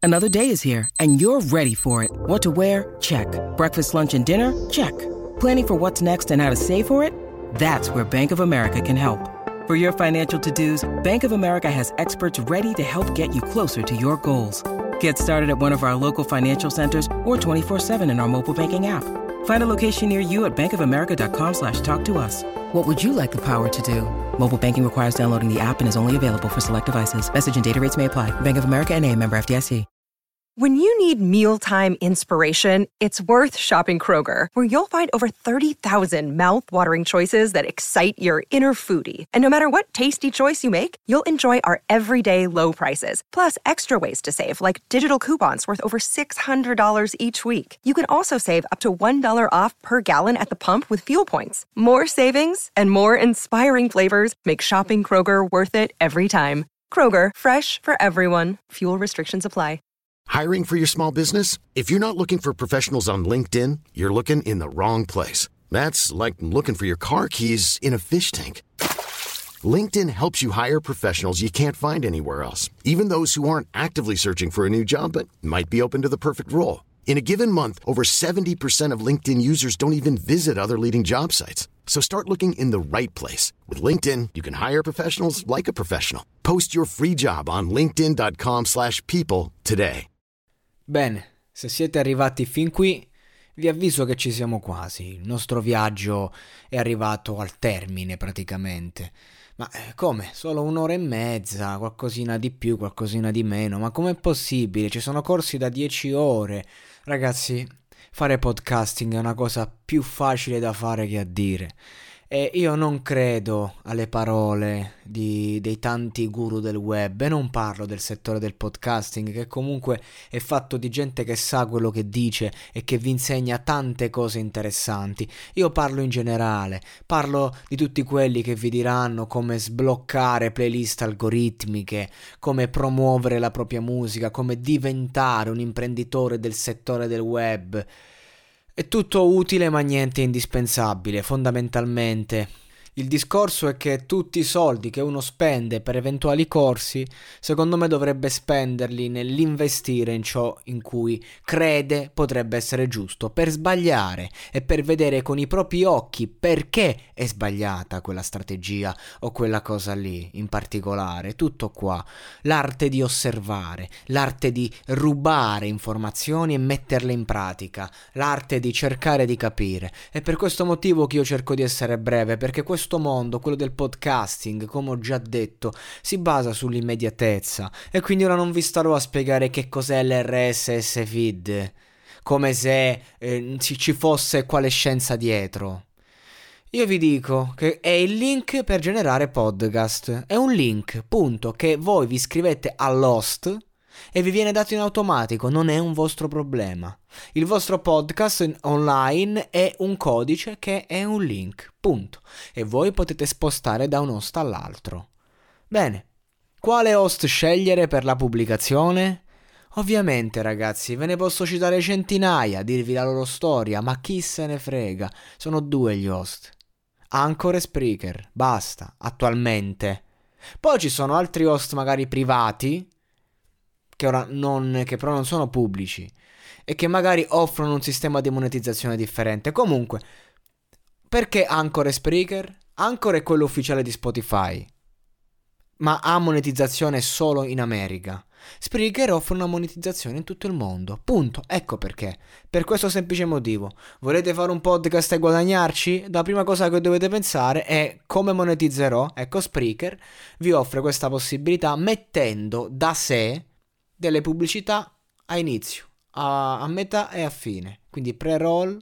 Another day is here, and you're ready for it. What to wear? Check. Breakfast, lunch, and dinner? Check. Planning for what's next and how to save for it? That's where Bank of America can help. For your financial to-dos, Bank of America has experts ready to help get you closer to your goals. Get started at one of our local financial centers or 24/7 in our mobile banking app. Find a location near you at bankofamerica.com/talktous. What would you like the power to do? Mobile banking requires downloading the app and is only available for select devices. Message and data rates may apply. Bank of America N.A., member FDIC. When you need mealtime inspiration, it's worth shopping Kroger, where you'll find over 30,000 mouth-watering choices that excite your inner foodie. And no matter what tasty choice you make, you'll enjoy our everyday low prices, plus extra ways to save, like digital coupons worth over $600 each week. You can also save up to $1 off per gallon at the pump with fuel points. More savings and more inspiring flavors make shopping Kroger worth it every time. Kroger, fresh for everyone. Fuel restrictions apply. Hiring for your small business? If you're not looking for professionals on LinkedIn, you're looking in the wrong place. That's like looking for your car keys in a fish tank. LinkedIn helps you hire professionals you can't find anywhere else, even those who aren't actively searching for a new job but might be open to the perfect role. In a given month, over 70% of LinkedIn users don't even visit other leading job sites. So start looking in the right place. With LinkedIn, you can hire professionals like a professional. Post your free job on linkedin.com/people today. Bene, se siete arrivati fin qui, vi avviso che ci siamo quasi. Il nostro viaggio è arrivato al termine praticamente. Ma come? Solo un'ora e mezza, qualcosina di più, qualcosina di meno. Ma com'è possibile? Ci sono corsi da 10 ore. Ragazzi, fare podcasting è una cosa più facile da fare che a dire. E io non credo alle parole dei tanti guru del web, e non parlo del settore del podcasting, che comunque è fatto di gente che sa quello che dice e che vi insegna tante cose interessanti. Io parlo in generale, parlo di tutti quelli che vi diranno come sbloccare playlist algoritmiche, come promuovere la propria musica, come diventare un imprenditore del settore del web. È tutto utile ma niente indispensabile, fondamentalmente. Il discorso è che tutti i soldi che uno spende per eventuali corsi, secondo me dovrebbe spenderli nell'investire in ciò in cui crede potrebbe essere giusto, per sbagliare e per vedere con i propri occhi perché è sbagliata quella strategia o quella cosa lì in particolare. Tutto qua. L'arte di osservare, l'arte di rubare informazioni e metterle in pratica, l'arte di cercare di capire. È per questo motivo che io cerco di essere breve, perché questo mondo, quello del podcasting, come ho già detto, si basa sull'immediatezza, e quindi ora non vi starò a spiegare che cos'è l'RSS feed, come se ci fosse quale scienza dietro. Io vi dico che è il link per generare podcast. È un link, punto, che voi vi iscrivete all'host e vi viene dato in automatico, non è un vostro problema. Il vostro podcast online è un codice che è un link, punto. E voi potete spostare da un host all'altro. Bene, quale host scegliere per la pubblicazione? Ovviamente, ragazzi, ve ne posso citare centinaia, dirvi la loro storia, ma chi se ne frega. Sono due gli host: Anchor e Spreaker, basta, attualmente. Poi ci sono altri host magari privati, che però non sono pubblici e che magari offrono un sistema di monetizzazione differente. Comunque, perché Anchor e Spreaker? Anchor è quello ufficiale di Spotify, ma ha monetizzazione solo in America. Spreaker offre una monetizzazione in tutto il mondo, punto. Ecco perché. Per questo semplice motivo. Volete fare un podcast e guadagnarci? La prima cosa che dovete pensare è: come monetizzerò? Ecco, Spreaker vi offre questa possibilità mettendo da sé delle pubblicità a inizio, a metà e a fine. Quindi pre-roll,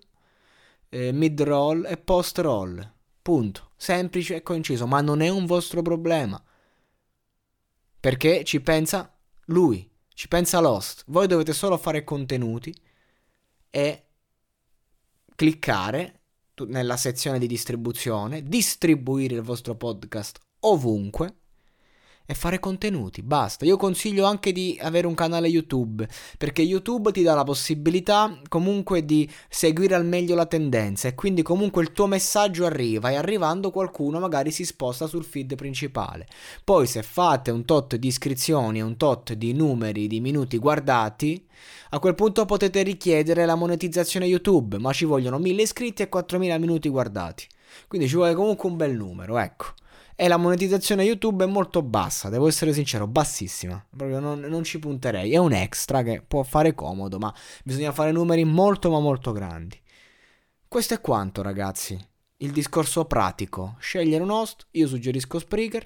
mid-roll e post-roll. Punto. Semplice e conciso, ma non è un vostro problema. Perché ci pensa lui, ci pensa l'host. Voi dovete solo fare contenuti e cliccare nella sezione di distribuzione, distribuire il vostro podcast ovunque e fare contenuti, basta. Io consiglio anche di avere un canale YouTube, perché YouTube ti dà la possibilità comunque di seguire al meglio la tendenza e quindi comunque il tuo messaggio arriva e arrivando qualcuno magari si sposta sul feed principale. Poi se fate un tot di iscrizioni e un tot di numeri di minuti guardati, a quel punto potete richiedere la monetizzazione YouTube, ma ci vogliono 1000 iscritti e 4000 minuti guardati. Quindi ci vuole comunque un bel numero, ecco. E la monetizzazione YouTube è molto bassa, devo essere sincero, bassissima. Proprio non ci punterei. È un extra che può fare comodo, ma bisogna fare numeri molto ma molto grandi. Questo è quanto, ragazzi. Il discorso pratico. Scegliere un host, io suggerisco Spreaker,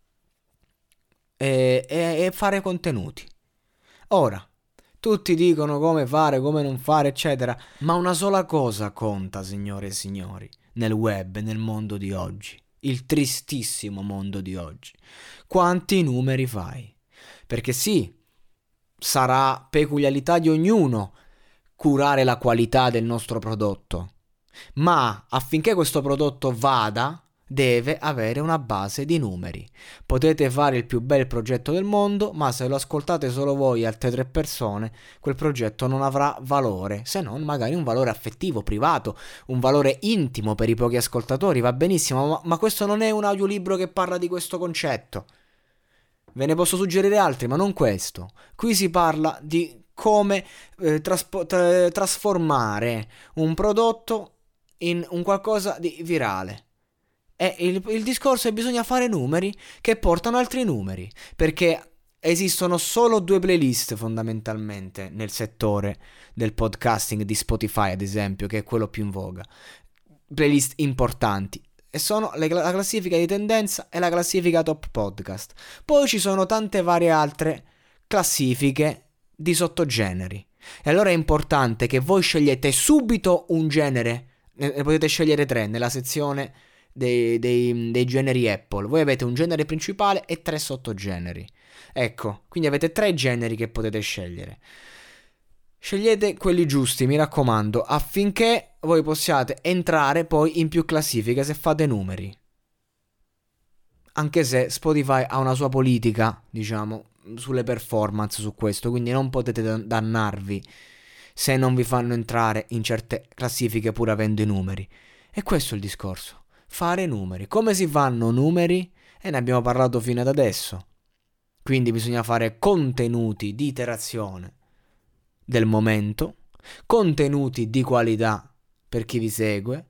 e fare contenuti. Ora, tutti dicono come fare, come non fare, eccetera. Ma una sola cosa conta, signore e signori, nel web, nel mondo di oggi. Il tristissimo mondo di oggi. Quanti numeri fai? Perché sì, sarà peculiarità di ognuno curare la qualità del nostro prodotto, ma affinché questo prodotto vada, deve avere una base di numeri. Potete fare il più bel progetto del mondo, ma se lo ascoltate solo voi e altre 3 persone, quel progetto non avrà valore, se non magari un valore affettivo, privato, un valore intimo per i pochi ascoltatori, va benissimo, ma questo non è un audiolibro che parla di questo concetto. Ve ne posso suggerire altri, ma non questo. Qui si parla di come trasformare un prodotto in un qualcosa di virale. E il discorso è: bisogna fare numeri che portano altri numeri, perché esistono solo 2 playlist fondamentalmente nel settore del podcasting di Spotify, ad esempio, che è quello più in voga. Playlist importanti, e sono la classifica di tendenza e la classifica top podcast. Poi ci sono tante varie altre classifiche di sottogeneri, e allora è importante che voi scegliete subito un genere. Ne potete scegliere 3 nella sezione dei generi Apple. Voi avete un genere principale e 3 sottogeneri. Ecco, quindi avete 3 generi che potete scegliere. Scegliete quelli giusti, mi raccomando, affinché voi possiate entrare poi in più classifiche se fate numeri. Anche se Spotify ha una sua politica, diciamo, sulle performance su questo, quindi non potete dannarvi se non vi fanno entrare in certe classifiche pur avendo i numeri. E questo è il discorso. Fare numeri. Come si fanno numeri? E ne abbiamo parlato fino ad adesso. Quindi bisogna fare contenuti di iterazione del momento, contenuti di qualità per chi vi segue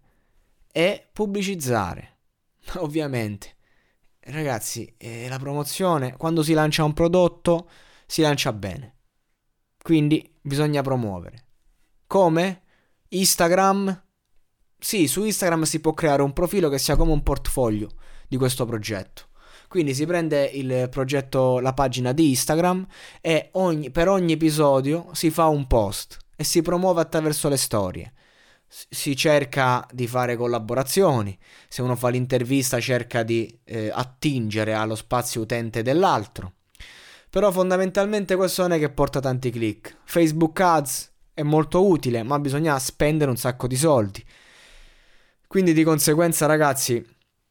e pubblicizzare. Ovviamente, ragazzi, la promozione, quando si lancia un prodotto, si lancia bene. Quindi bisogna promuovere. Come? Instagram? Sì, su Instagram si può creare un profilo che sia come un portfolio di questo progetto. Quindi si prende il progetto, la pagina di Instagram, e per ogni episodio si fa un post e si promuove attraverso le storie. Si cerca di fare collaborazioni. Se uno fa l'intervista cerca di attingere allo spazio utente dell'altro. Però fondamentalmente questo non è che porta tanti click. Facebook Ads è molto utile, ma bisogna spendere un sacco di soldi. Quindi di conseguenza, ragazzi,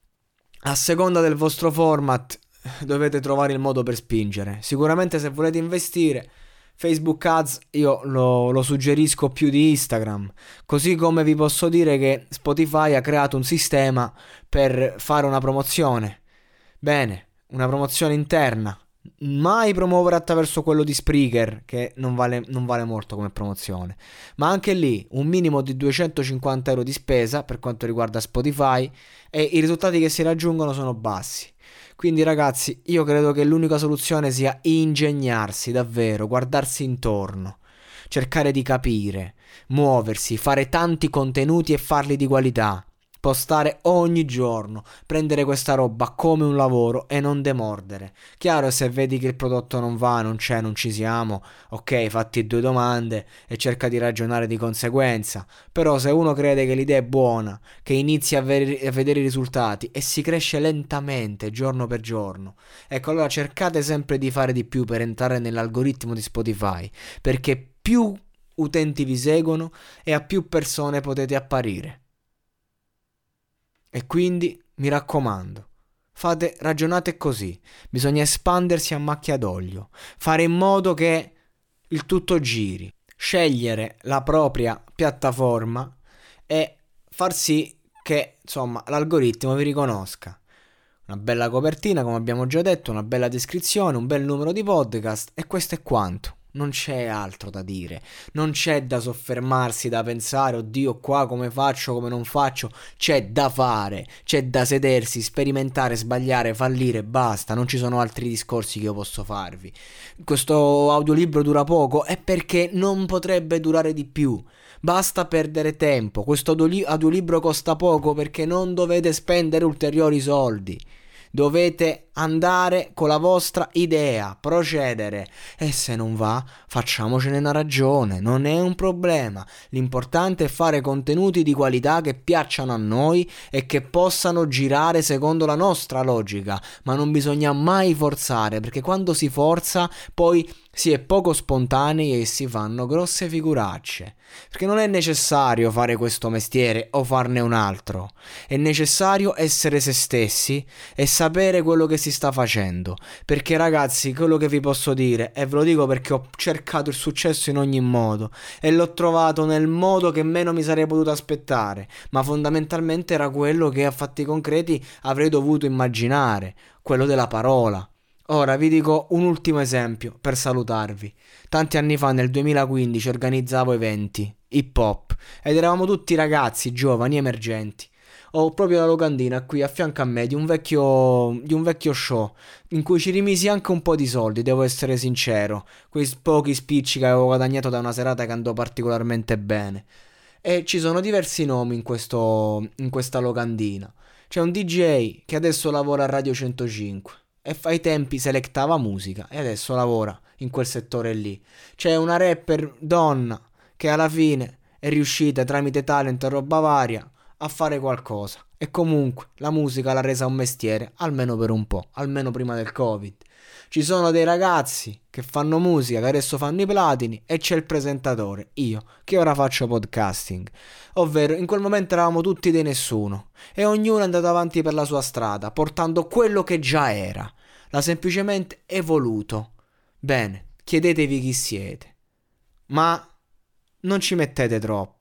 a seconda del vostro format dovete trovare il modo per spingere. Sicuramente se volete investire, Facebook Ads io lo suggerisco più di Instagram. Così come vi posso dire che Spotify ha creato un sistema per fare una promozione. Bene, una promozione interna. Mai promuovere attraverso quello di Spreaker, che non vale molto come promozione, ma anche lì un minimo di 250 euro di spesa per quanto riguarda Spotify, e i risultati che si raggiungono sono bassi. Quindi ragazzi, io credo che l'unica soluzione sia ingegnarsi davvero, guardarsi intorno, cercare di capire, muoversi, fare tanti contenuti e farli di qualità. Postare ogni giorno, prendere questa roba come un lavoro e non demordere. Chiaro, se vedi che il prodotto non va, non c'è, non ci siamo, ok, fatti 2 domande e cerca di ragionare di conseguenza. Però se uno crede che l'idea è buona, che inizia a vedere i risultati e si cresce lentamente giorno per giorno, ecco, allora cercate sempre di fare di più per entrare nell'algoritmo di Spotify, perché più utenti vi seguono e a più persone potete apparire. E quindi mi raccomando, ragionate così. Bisogna espandersi a macchia d'olio, fare in modo che il tutto giri, scegliere la propria piattaforma e far sì che, insomma, l'algoritmo vi riconosca. Una bella copertina, come abbiamo già detto, una bella descrizione, un bel numero di podcast e questo è quanto. Non c'è altro da dire, non c'è da soffermarsi, da pensare, oddio qua come faccio, come non faccio, c'è da fare, c'è da sedersi, sperimentare, sbagliare, fallire, basta, non ci sono altri discorsi che io posso farvi. Questo audiolibro dura poco è perché non potrebbe durare di più. Basta perdere tempo, questo audiolibro costa poco perché non dovete spendere ulteriori soldi. Dovete andare con la vostra idea, procedere e se non va facciamocene una ragione, non è un problema. L'importante è fare contenuti di qualità che piacciono a noi e che possano girare secondo la nostra logica, ma non bisogna mai forzare perché quando si forza poi si è poco spontanei e si fanno grosse figuracce. Perché non è necessario fare questo mestiere o farne un altro, è necessario essere se stessi e sapere quello che si sta facendo. Perché ragazzi, quello che vi posso dire, e ve lo dico perché ho cercato il successo in ogni modo e l'ho trovato nel modo che meno mi sarei potuto aspettare, ma fondamentalmente era quello che a fatti concreti avrei dovuto immaginare, quello della parola. Ora vi dico un ultimo esempio per salutarvi. Tanti anni fa, nel 2015, organizzavo eventi hip hop ed eravamo tutti ragazzi giovani emergenti. Ho proprio la locandina qui a fianco a me di un vecchio show in cui ci rimisi anche un po' di soldi, devo essere sincero, quei pochi spicci che avevo guadagnato da una serata che andò particolarmente bene. E ci sono diversi nomi in questa locandina. C'è un DJ che adesso lavora a Radio 105 e ai tempi selectava musica e adesso lavora in quel settore lì. C'è una rapper donna che alla fine è riuscita tramite talent e roba varia a fare qualcosa e comunque la musica l'ha resa un mestiere, almeno per un po', almeno prima del Covid. Ci sono dei ragazzi che fanno musica, che adesso fanno i platini e c'è il presentatore, io, che ora faccio podcasting. Ovvero, in quel momento eravamo tutti dei nessuno e ognuno è andato avanti per la sua strada, portando quello che già era. L'ha semplicemente evoluto. Bene, chiedetevi chi siete, ma non ci mettete troppo.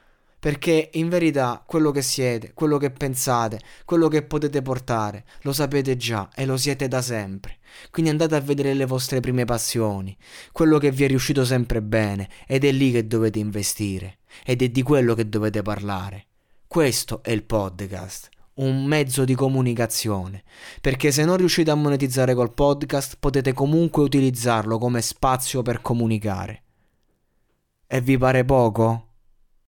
Perché in verità quello che siete, quello che pensate, quello che potete portare, lo sapete già e lo siete da sempre. Quindi andate a vedere le vostre prime passioni, quello che vi è riuscito sempre bene, ed è lì che dovete investire, ed è di quello che dovete parlare. Questo è il podcast, un mezzo di comunicazione, perché se non riuscite a monetizzare col podcast potete comunque utilizzarlo come spazio per comunicare. E vi pare poco?